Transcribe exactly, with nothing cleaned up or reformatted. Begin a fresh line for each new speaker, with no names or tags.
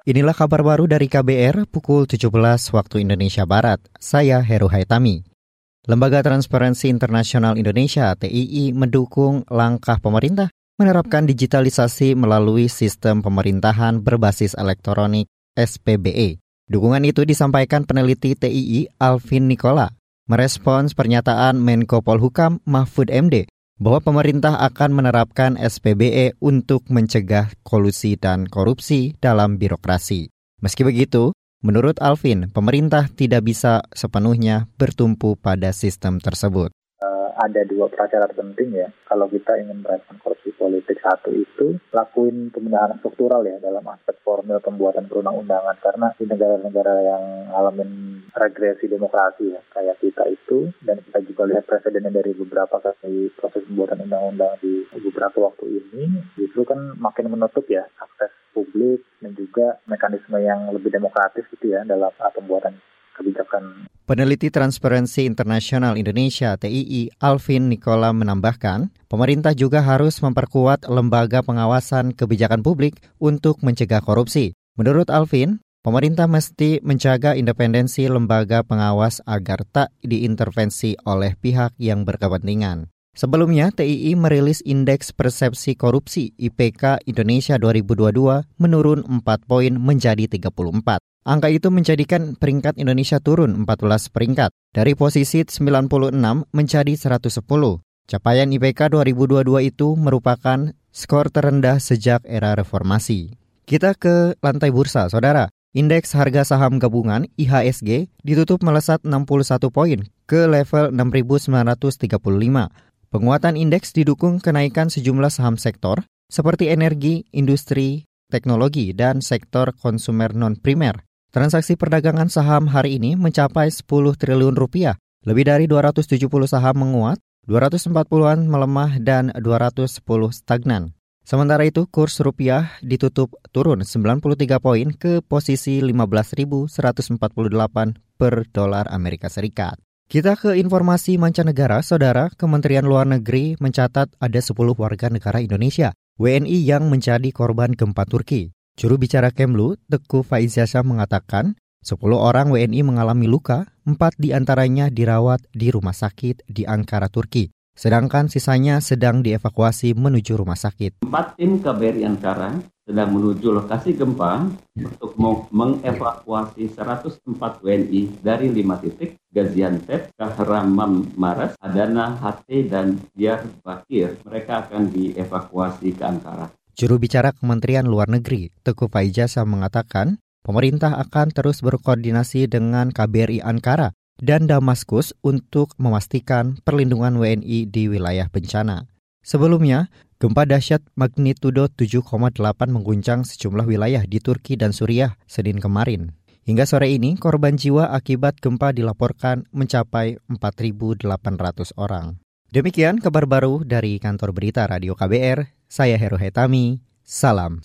Inilah kabar baru dari K B R pukul tujuh belas waktu Indonesia Barat. Saya Heru Haitami. Lembaga Transparansi Internasional Indonesia (T I I) mendukung langkah pemerintah menerapkan digitalisasi melalui sistem pemerintahan berbasis elektronik S P B E. Dukungan itu disampaikan peneliti T I I Alvin Nikola merespons pernyataan Menko Polhukam Mahfud M D bahwa pemerintah akan menerapkan S P B E untuk mencegah kolusi dan korupsi dalam birokrasi. Meski begitu, menurut Alvin, pemerintah tidak bisa sepenuhnya bertumpu pada sistem tersebut.
Uh, ada dua prasyarat penting ya, kalau kita ingin merespon korupsi politik. Satu itu, lakuin pembenahan struktural ya dalam aspek formil pembuatan perundang-undangan. Karena di negara-negara yang ngalamin regresi demokrasi ya, kayak kita itu, dan kita juga lihat presidennya dari beberapa kali proses pembuatan undang-undang di beberapa waktu ini, justru kan makin menutup ya akses publik dan juga mekanisme yang lebih demokratis gitu ya dalam pembuatan kebijakan.
Peneliti Transparansi Internasional Indonesia (T I I) Alvin Nikola menambahkan, pemerintah juga harus memperkuat lembaga pengawasan kebijakan publik untuk mencegah korupsi. Menurut Alvin, pemerintah mesti menjaga independensi lembaga pengawas agar tak diintervensi oleh pihak yang berkepentingan. Sebelumnya, T I I merilis Indeks Persepsi Korupsi I P K Indonesia dua ribu dua puluh dua menurun empat poin menjadi tiga puluh empat. Angka itu menjadikan peringkat Indonesia turun empat belas peringkat, dari posisi sembilan puluh enam menjadi seratus sepuluh. Capaian I P K dua ribu dua puluh dua itu merupakan skor terendah sejak era reformasi. Kita ke lantai bursa, saudara. Indeks harga saham gabungan I H S G ditutup melesat enam puluh satu poin ke level enam ribu sembilan ratus tiga puluh lima. Penguatan indeks didukung kenaikan sejumlah saham sektor seperti energi, industri, teknologi, dan sektor konsumer non-primer. Transaksi perdagangan saham hari ini mencapai sepuluh triliun rupiah. Lebih dari dua ratus tujuh puluh saham menguat, dua ratus empat puluhan melemah, dan dua ratus sepuluh stagnan. Sementara itu, kurs rupiah ditutup turun sembilan puluh tiga poin ke posisi lima belas ribu seratus empat puluh delapan per dolar Amerika Serikat. Kita ke informasi mancanegara, saudara. Kementerian Luar Negeri mencatat ada sepuluh warga negara Indonesia, W N I, yang menjadi korban gempa Turki. Juru bicara Kemlu, Teguh Faizasyah, mengatakan sepuluh orang W N I mengalami luka, empat diantaranya dirawat di rumah sakit di Ankara, Turki. Sedangkan sisanya sedang dievakuasi menuju rumah sakit.
Empat tim K B R I Ankara sedang menuju lokasi gempa untuk mengevakuasi seratus empat W N I dari lima titik, Gaziantep, Kahramanmaras, Adana, Hatay, dan Diyarbakir. Mereka akan dievakuasi ke Ankara.
Juru bicara Kementerian Luar Negeri, Teguh Faizasyah, mengatakan pemerintah akan terus berkoordinasi dengan K B R I Ankara dan Damaskus untuk memastikan perlindungan W N I di wilayah bencana. Sebelumnya, gempa dahsyat magnitudo tujuh koma delapan mengguncang sejumlah wilayah di Turki dan Suriah Senin kemarin. Hingga sore ini, korban jiwa akibat gempa dilaporkan mencapai empat ribu delapan ratus orang. Demikian kabar baru dari kantor berita Radio K B R. Saya Heru Haitami. Salam.